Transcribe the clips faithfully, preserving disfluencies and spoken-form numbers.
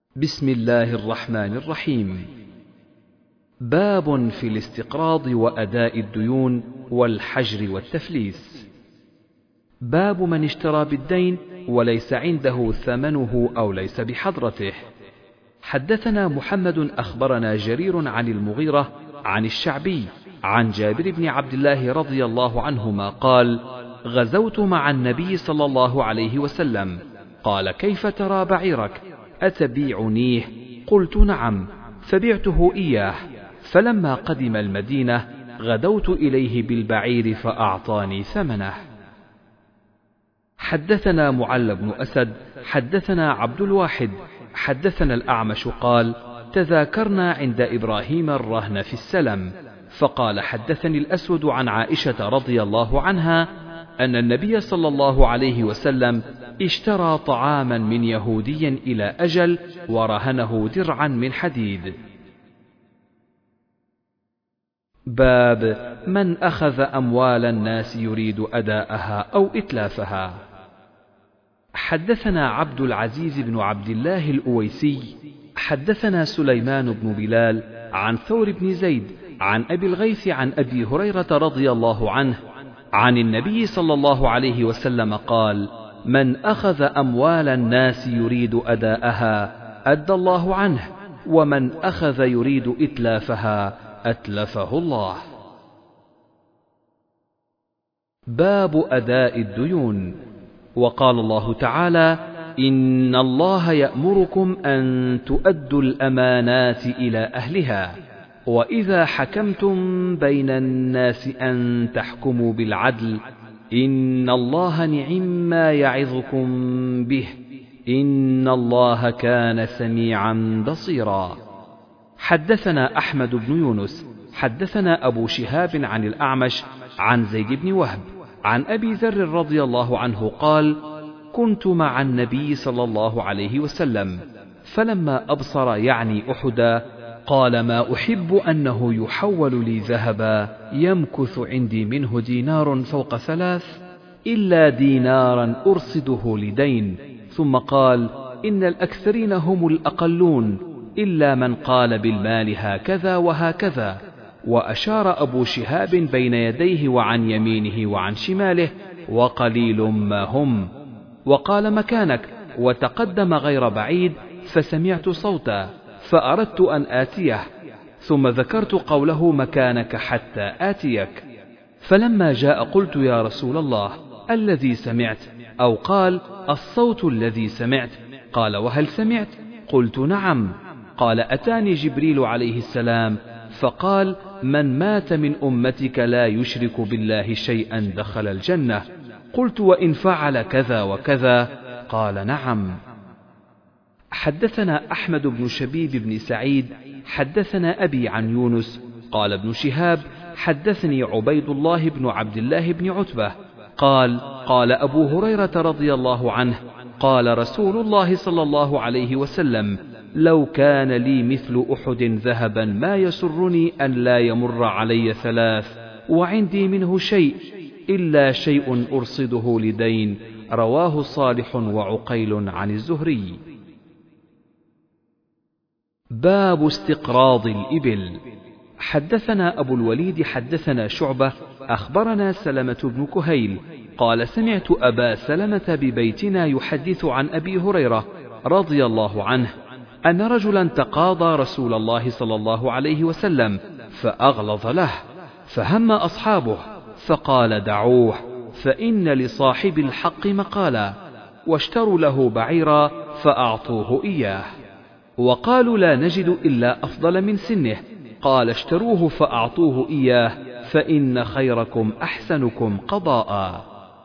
بسم الله الرحمن الرحيم. باب في الاستقراض وأداء الديون والحجر والتفليس. باب من اشترى بالدين وليس عنده ثمنه أو ليس بحضرته. حدثنا محمد أخبرنا جرير عن المغيرة عن الشعبي عن جابر بن عبد الله رضي الله عنهما قال: غزوت مع النبي صلى الله عليه وسلم، قال: كيف ترى بعيرك؟ أتبيعنيه؟ قلت: نعم، فبعته إياه. فلما قدم المدينة غدوت إليه بالبعير فأعطاني ثمنه. حدثنا معل بن أسد حدثنا عبد الواحد حدثنا الأعمش قال: تذاكرنا عند إبراهيم الرهن في السلم، فقال: حدثني الأسود عن عائشة رضي الله عنها أن النبي صلى الله عليه وسلم اشترى طعاما من يهودي إلى أجل ورهنه درعا من حديد. باب من أخذ أموال الناس يريد أداءها أو إتلافها. حدثنا عبد العزيز بن عبد الله الأويسي حدثنا سليمان بن بلال عن ثور بن زيد عن أبي الغيث عن أبي هريرة رضي الله عنه عن النبي صلى الله عليه وسلم قال: من أخذ أموال الناس يريد أداءها أدى الله عنه، ومن أخذ يريد إتلافها أتلفه الله. باب أداء الديون. وقال الله تعالى: إن الله يأمركم أن تؤدوا الأمانات إلى أهلها، وإذا حكمتم بين الناس أن تحكموا بالعدل، إن الله نعما يعظكم به، إن الله كان سميعا بصيرا. حدثنا أحمد بن يونس حدثنا أبو شهاب عن الأعمش عن زيد بن وهب عن أبي ذر رضي الله عنه قال: كنت مع النبي صلى الله عليه وسلم، فلما أبصر يعني أحدا قال: ما أحب أنه يحول لي ذهبا يمكث عندي منه دينار فوق ثلاث، إلا دينارا أرصده لدين. ثم قال: إن الأكثرين هم الأقلون، إلا من قال بالمال هكذا وهكذا. وأشار أبو شهاب بين يديه وعن يمينه وعن شماله، وقليل ما هم. وقال: مكانك، وتقدم غير بعيد، فسمعت صوتا فأردت أن آتيه، ثم ذكرت قوله: مكانك حتى آتيك. فلما جاء قلت: يا رسول الله، الذي سمعت؟ أو قال: الصوت الذي سمعت. قال: وهل سمعت؟ قلت: نعم. قال: أتاني جبريل عليه السلام فقال: من مات من أمتك لا يشرك بالله شيئا دخل الجنة. قلت: وإن فعل كذا وكذا؟ قال: نعم. حدثنا أحمد بن شبيب بن سعيد حدثنا أبي عن يونس قال: ابن شهاب حدثني عبيد الله بن عبد الله بن عتبة قال: قال أبو هريرة رضي الله عنه: قال رسول الله صلى الله عليه وسلم: لو كان لي مثل أحد ذهبا ما يسرني أن لا يمر علي ثلاث وعندي منه شيء، إلا شيء أرصده لدين. رواه صالح وعقيل عن الزهري. باب استقراض الإبل. حدثنا أبو الوليد حدثنا شعبة أخبرنا سلمة بن كهيل قال: سمعت أبا سلمة ببيتنا يحدث عن أبي هريرة رضي الله عنه أن رجلا تقاضى رسول الله صلى الله عليه وسلم فأغلظ له، فهم أصحابه فقال: دعوه، فإن لصاحب الحق مقالا. واشتروا له بعيرا فأعطوه إياه، وقالوا: لا نجد إلا أفضل من سنه. قال: اشتروه فأعطوه إياه، فإن خيركم أحسنكم قضاء.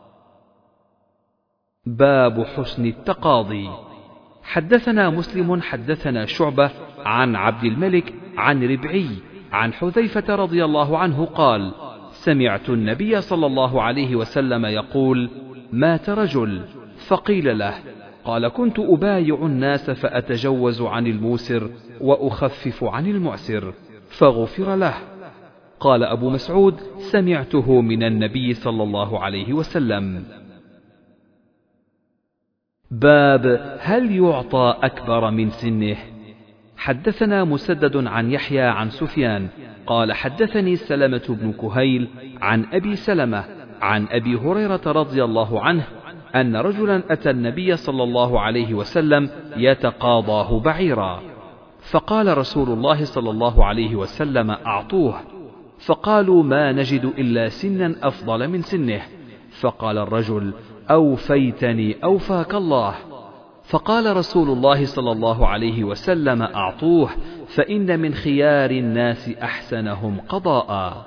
باب حسن التقاضي. حدثنا مسلم حدثنا شعبة عن عبد الملك عن ربعي عن حذيفة رضي الله عنه قال: سمعت النبي صلى الله عليه وسلم يقول: مات رجل، فقيل له، قال: كنت أبايع الناس فأتجوز عن الموسر وأخفف عن المعسر، فغفر له. قال أبو مسعود: سمعته من النبي صلى الله عليه وسلم. باب هل يعطى أكبر من سنه؟ حدثنا مسدد عن يحيى عن سفيان قال حدثني سلمة بن كهيل عن أبي سلمة عن أبي هريرة رضي الله عنه أن رجلا أتى النبي صلى الله عليه وسلم يتقاضاه بعيرا، فقال رسول الله صلى الله عليه وسلم أعطوه، فقالوا ما نجد إلا سنا أفضل من سنه، فقال الرجل أوفيتني أوفاك الله، فقال رسول الله صلى الله عليه وسلم أعطوه فإن من خيار الناس أحسنهم قضاء.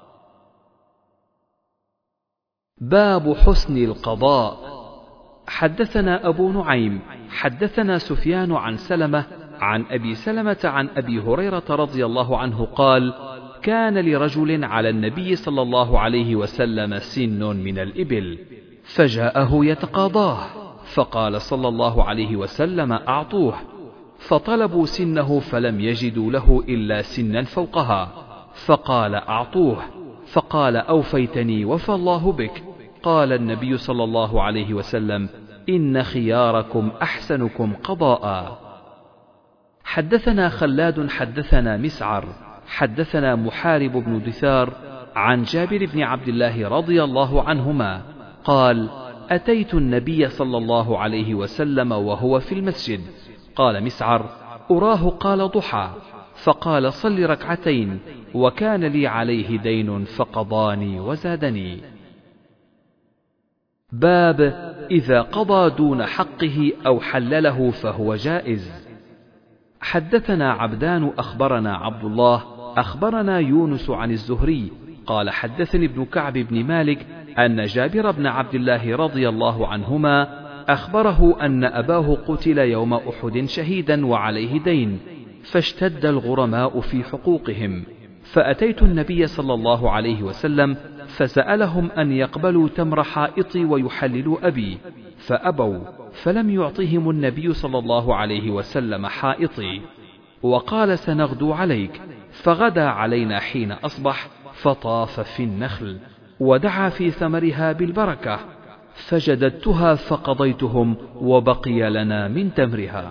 باب حسن القضاء. حدثنا أبو نعيم حدثنا سفيان عن سلمة عن أبي سلمة عن أبي هريرة رضي الله عنه قال كان لرجل على النبي صلى الله عليه وسلم سن من الإبل، فجاءه يتقاضاه، فقال صلى الله عليه وسلم أعطوه، فطلبوا سنه فلم يجدوا له إلا سنا فوقها، فقال أعطوه، فقال أوفيتني وفى الله بك. قال النبي صلى الله عليه وسلم إن خياركم أحسنكم قضاء. حدثنا خلاد حدثنا مسعر حدثنا محارب بن دثار عن جابر بن عبد الله رضي الله عنهما قال أتيت النبي صلى الله عليه وسلم وهو في المسجد، قال مسعر أراه قال ضحى، فقال صل ركعتين، وكان لي عليه دين فقضاني وزادني. باب إذا قضى دون حقه أو حلله فهو جائز. حدثنا عبدان أخبرنا عبد الله أخبرنا يونس عن الزهري قال حدثني ابن كعب بن مالك أن جابر بن عبد الله رضي الله عنهما أخبره أن أباه قتل يوم أحد شهيدا وعليه دين، فاشتد الغرماء في حقوقهم، فأتيت النبي صلى الله عليه وسلم فسألهم أن يقبلوا تمر حائطي ويحللوا أبي، فأبوا، فلم يعطهم النبي صلى الله عليه وسلم حائطي، وقال سنغدو عليك، فغدا علينا حين أصبح، فطاف في النخل ودعا في ثمرها بالبركة، فجددتها فقضيتهم وبقي لنا من تمرها.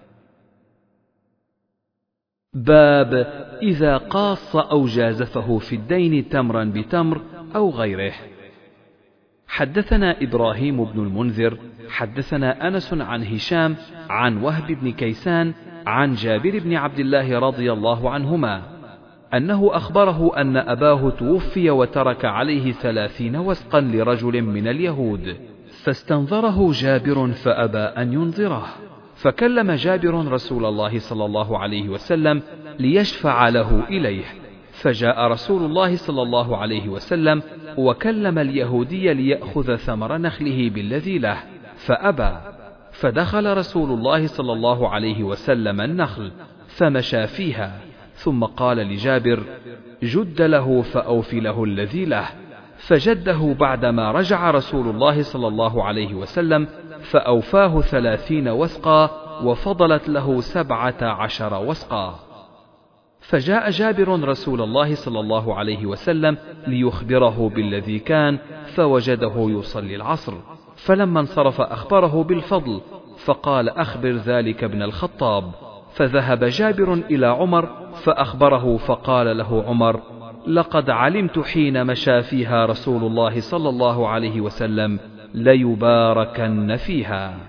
باب إذا قاص أو جازفه في الدين تمرا بتمر أو غيره. حدثنا إبراهيم بن المنذر حدثنا أنس عن هشام عن وهب بن كيسان عن جابر بن عبد الله رضي الله عنهما أنه أخبره أن أباه توفي وترك عليه ثلاثين وسقا لرجل من اليهود، فاستنظره جابر فأبى أن ينظره، فكلم جابر رسول الله صلى الله عليه وسلم ليشفع له إليه، فجاء رسول الله صلى الله عليه وسلم وكلم اليهودي ليأخذ ثمر نخله بالذي له، فأبى، فدخل رسول الله صلى الله عليه وسلم النخل فمشى فيها، ثم قال لجابر جد له فأوف له الذي له، فجده بعدما رجع رسول الله صلى الله عليه وسلم فأوفاه ثلاثين وسقا وفضلت له سبعة عشر وسقا. فجاء جابر رسول الله صلى الله عليه وسلم ليخبره بالذي كان، فوجده يصلي العصر، فلما انصرف أخبره بالفضل، فقال أخبر ذلك ابن الخطاب، فذهب جابر إلى عمر فأخبره، فقال له عمر لقد علمت حين مشى فيها رسول الله صلى الله عليه وسلم ليباركن فيها.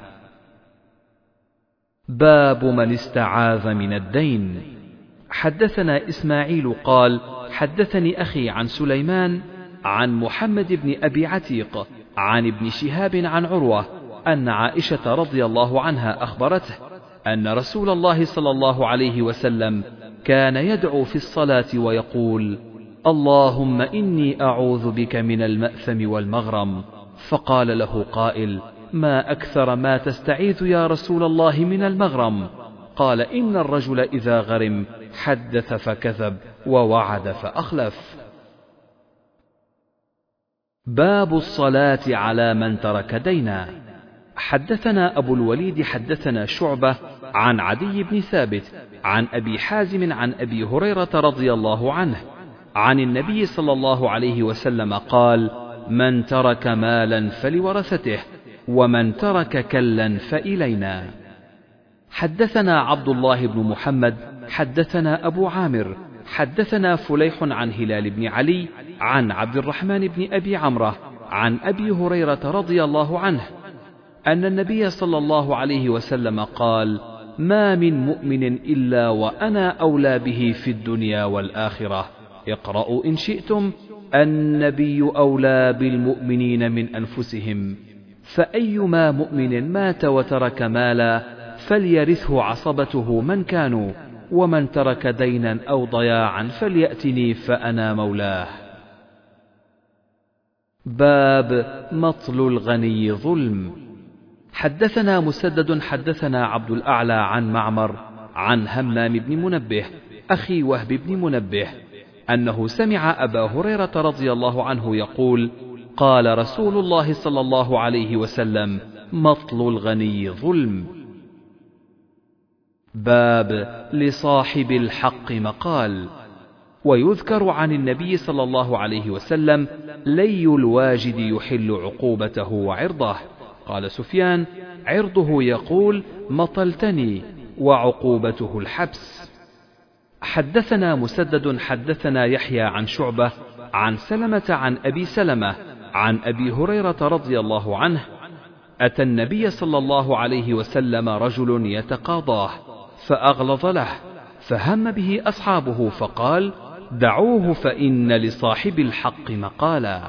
باب من استعاذ من الدين. حدثنا إسماعيل قال حدثني أخي عن سليمان عن محمد بن أبي عتيق عن ابن شهاب عن عروة أن عائشة رضي الله عنها أخبرته أن رسول الله صلى الله عليه وسلم كان يدعو في الصلاة ويقول اللهم إني أعوذ بك من المأثم والمغرم، فقال له قائل ما أكثر ما تستعيذ يا رسول الله من المغرم؟ قال إن الرجل إذا غرم حدث فكذب ووعد فأخلف. باب الصلاة على من ترك دينا. حدثنا أبو الوليد حدثنا شعبة عن عدي بن ثابت عن أبي حازم عن أبي هريرة رضي الله عنه عن النبي صلى الله عليه وسلم قال من ترك مالا فلورثته، ومن ترك كلا فإلينا. حدثنا عبد الله بن محمد حدثنا أبو عامر حدثنا فليح عن هلال بن علي عن عبد الرحمن بن أبي عمرة عن أبي هريرة رضي الله عنه أن النبي صلى الله عليه وسلم قال: ما من مؤمن إلا وأنا أولى به في الدنيا والآخرة، اقرأوا إن شئتم: النبي أولى بالمؤمنين من أنفسهم، فأيما مؤمن مات وترك مالا فليرثه عصبته من كانوا، ومن ترك دينا أو ضياعا فليأتني فأنا مولاه. باب مطل الغني ظلم. حدثنا مسدد حدثنا عبد الأعلى عن معمر عن همام بن منبه أخي وهب بن منبه أنه سمع أبا هريرة رضي الله عنه يقول: قال رسول الله صلى الله عليه وسلم: مطل الغني ظلم. باب لصاحب الحق مقال. ويذكر عن النبي صلى الله عليه وسلم: لي الواجد يحل عقوبته وعرضه. قال سفيان: عرضه يقول: مطلتني، وعقوبته الحبس. حدثنا مسدد حدثنا يحيى عن شعبة عن سلمة عن أبي سلمة عن أبي هريرة رضي الله عنه: أتى النبي صلى الله عليه وسلم رجل يتقاضاه فأغلظ له، فهم به أصحابه فقال: دعوه فإن لصاحب الحق مقالا.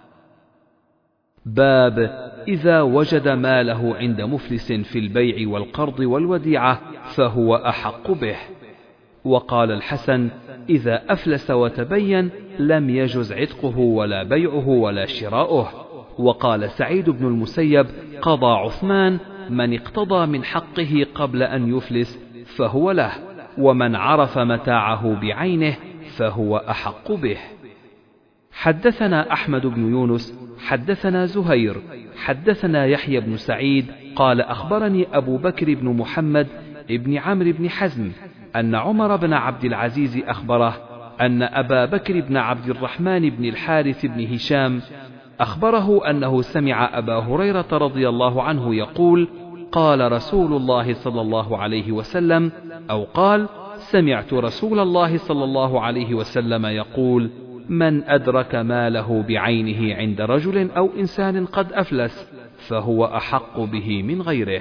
باب إذا وجد ماله عند مفلس في البيع والقرض والوديعة فهو أحق به. وقال الحسن: إذا أفلس وتبين لم يجز عتقه ولا بيعه ولا شراؤه. وقال سعيد بن المسيب: قضى عثمان: من اقتضى من حقه قبل أن يفلس فهو له، ومن عرف متاعه بعينه فهو أحق به. حدثنا أحمد بن يونس حدثنا زهير حدثنا يحيى بن سعيد قال: أخبرني أبو بكر بن محمد ابن عمرو بن حزم أن عمر بن عبد العزيز أخبره أن أبا بكر بن عبد الرحمن بن الحارث بن هشام أخبره أنه سمع أبا هريرة رضي الله عنه يقول: قال رسول الله صلى الله عليه وسلم، أو قال: سمعت رسول الله صلى الله عليه وسلم يقول: من أدرك ماله بعينه عند رجل أو إنسان قد أفلس فهو أحق به من غيره.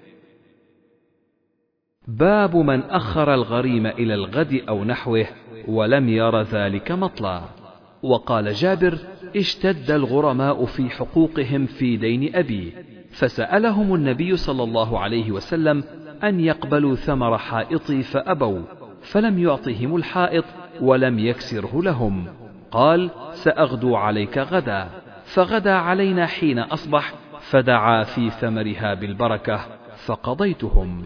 باب من أخر الغريم إلى الغد أو نحوه ولم ير ذلك مطلع. وقال جابر: اشتد الغرماء في حقوقهم في دين أبي، فسألهم النبي صلى الله عليه وسلم أن يقبلوا ثمر حائطي فأبوا، فلم يعطهم الحائط ولم يكسره لهم. قال: سأغدو عليك غدا، فغدا علينا حين أصبح، فدعا في ثمرها بالبركة فقضيتهم.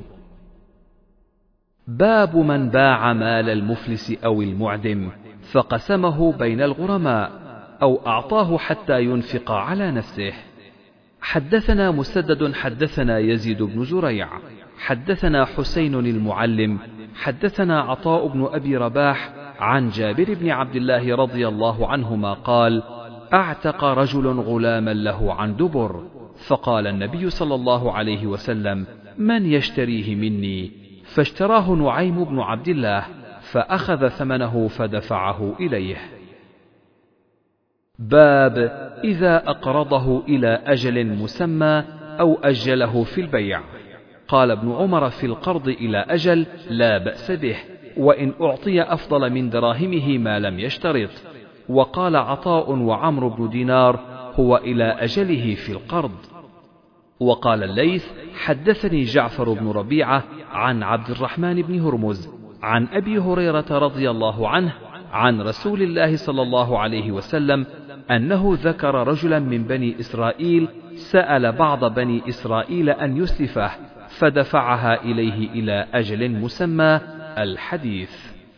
باب من باع مال المفلس أو المعدم فقسمه بين الغرماء أو أعطاه حتى ينفق على نفسه. حدثنا مسدد حدثنا يزيد بن زريع حدثنا حسين المعلم حدثنا عطاء بن أبي رباح عن جابر بن عبد الله رضي الله عنهما قال: أعتق رجل غلاما له عن دبر، فقال النبي صلى الله عليه وسلم: من يشتريه مني؟ فاشتراه نعيم بن عبد الله، فأخذ ثمنه فدفعه إليه. باب إذا أقرضه إلى أجل مسمى أو أجله في البيع. قال ابن عمر: في القرض إلى أجل لا بأس به، وإن أعطي أفضل من دراهمه ما لم يشترط. وقال عطاء وعمرو بن دينار: هو إلى أجله في القرض. وقال الليث: حدثني جعفر بن ربيعة عن عبد الرحمن بن هرمز عن أبي هريرة رضي الله عنه عن رسول الله صلى الله عليه وسلم أنه ذكر رجلا من بني إسرائيل سأل بعض بني إسرائيل أن يسلفه، فدفعها إليه إلى أجل مسمى. الحديث.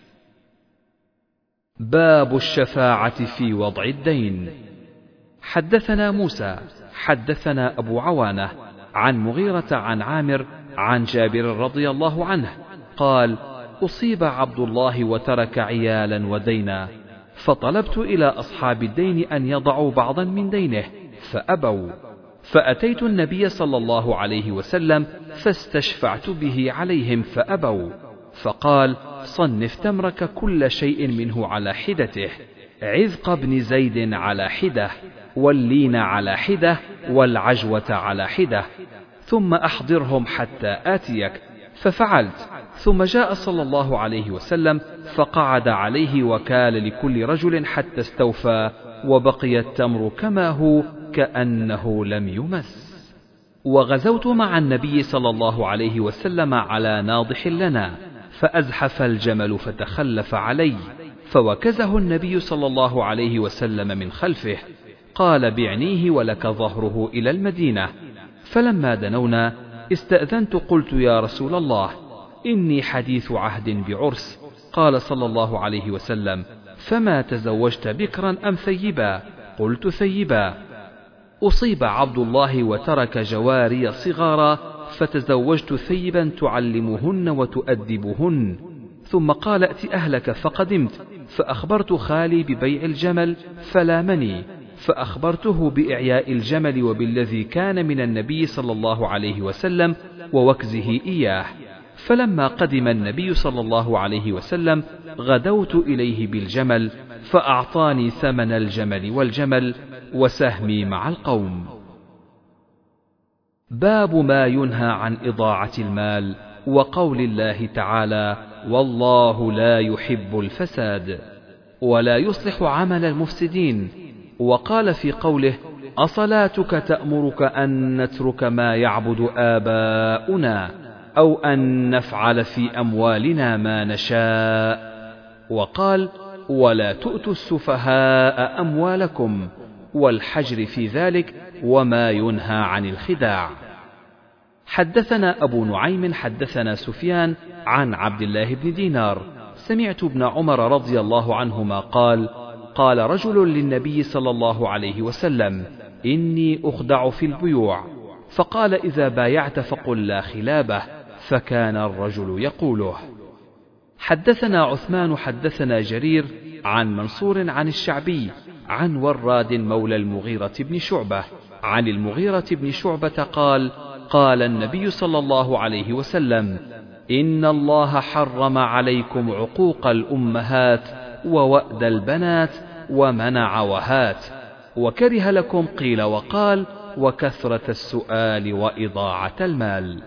باب الشفاعة في وضع الدين. حدثنا موسى حدثنا أبو عوانة عن مغيرة عن عامر عن جابر رضي الله عنه قال: أصيب عبد الله وترك عيالا ودينا، فطلبت إلى أصحاب الدين أن يضعوا بعضا من دينه فأبوا، فأتيت النبي صلى الله عليه وسلم فاستشفعت به عليهم فأبوا، فقال: صنف تمرك كل شيء منه على حدته، عذق بن زيد على حدة، واللين على حدة، والعجوة على حدة، ثم أحضرهم حتى آتيك. ففعلت، ثم جاء صلى الله عليه وسلم فقعد عليه وكال لكل رجل حتى استوفى، وبقي التمر كما هو كأنه لم يمس. وغزوت مع النبي صلى الله عليه وسلم على ناضح لنا، فأزحف الجمل فتخلف علي، فوكزه النبي صلى الله عليه وسلم من خلفه، قال: بعنيه ولك ظهره إلى المدينة. فلما دنونا استأذنت، قلت: يا رسول الله، إني حديث عهد بعرس. قال صلى الله عليه وسلم: فما تزوجت بكرا أم ثيبا؟ قلت: ثيبا. أصيب عبد الله وترك جواري صغارا، فتزوجت ثيبا تعلمهن وتؤدبهن. ثم قال: ائت أهلك. فقدمت فأخبرت خالي ببيع الجمل فلامني، فأخبرته بإعياء الجمل وبالذي كان من النبي صلى الله عليه وسلم ووكزه إياه. فلما قدم النبي صلى الله عليه وسلم غدوت إليه بالجمل، فأعطاني ثمن الجمل والجمل وسهمي مع القوم. باب ما ينهى عن إضاعة المال، وقول الله تعالى: والله لا يحب الفساد ولا يصلح عمل المفسدين. وقال في قوله: أصلاتك تأمرك أن نترك ما يعبد آباؤنا أو أن نفعل في أموالنا ما نشاء. وقال: ولا تؤتوا السفهاء أموالكم، والحجر في ذلك وما ينهى عن الخداع. حدثنا أبو نعيم حدثنا سفيان عن عبد الله بن دينار سمعت ابن عمر رضي الله عنهما قال: قال رجل للنبي صلى الله عليه وسلم: إني أخدع في البيوع. فقال: إذا بايعت فقل لا خلابه. فكان الرجل يقوله. حدثنا عثمان حدثنا جرير عن منصور عن الشعبي عن وراد مولى المغيرة بن شعبة عن المغيرة بن شعبة قال: قال النبي صلى الله عليه وسلم: إن الله حرم عليكم عقوق الأمهات ووأد البنات ومنع وهات، وكره لكم قيل وقال وكثرة السؤال وإضاعة المال.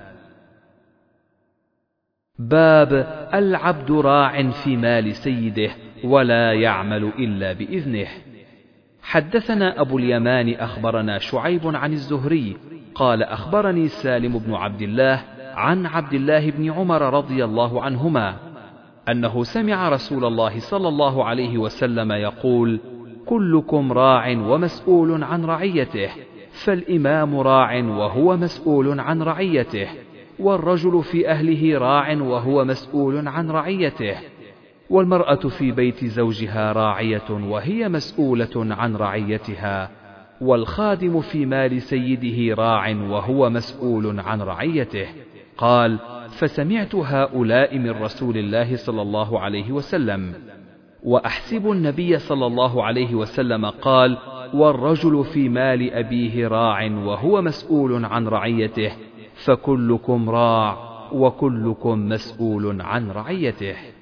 باب العبد راع في مال سيده ولا يعمل إلا بإذنه. حدثنا أبو اليمان أخبرنا شعيب عن الزهري قال: أخبرني سالم بن عبد الله عن عبد الله بن عمر رضي الله عنهما أنه سمع رسول الله صلى الله عليه وسلم يقول: كلكم راع ومسؤول عن رعيته، فالإمام راع وهو مسؤول عن رعيته، والرجل في أهله راع وهو مسؤول عن رعيته، والمرأة في بيت زوجها راعية وهي مسؤولة عن رعيتها، والخادم في مال سيده راع وهو مسؤول عن رعيته. قال: فسمعت هؤلاء من رسول الله صلى الله عليه وسلم، وأحسب النبي صلى الله عليه وسلم قال: والرجل في مال أبيه راع وهو مسؤول عن رعيته، فكلكم راع وكلكم مسؤول عن رعيته.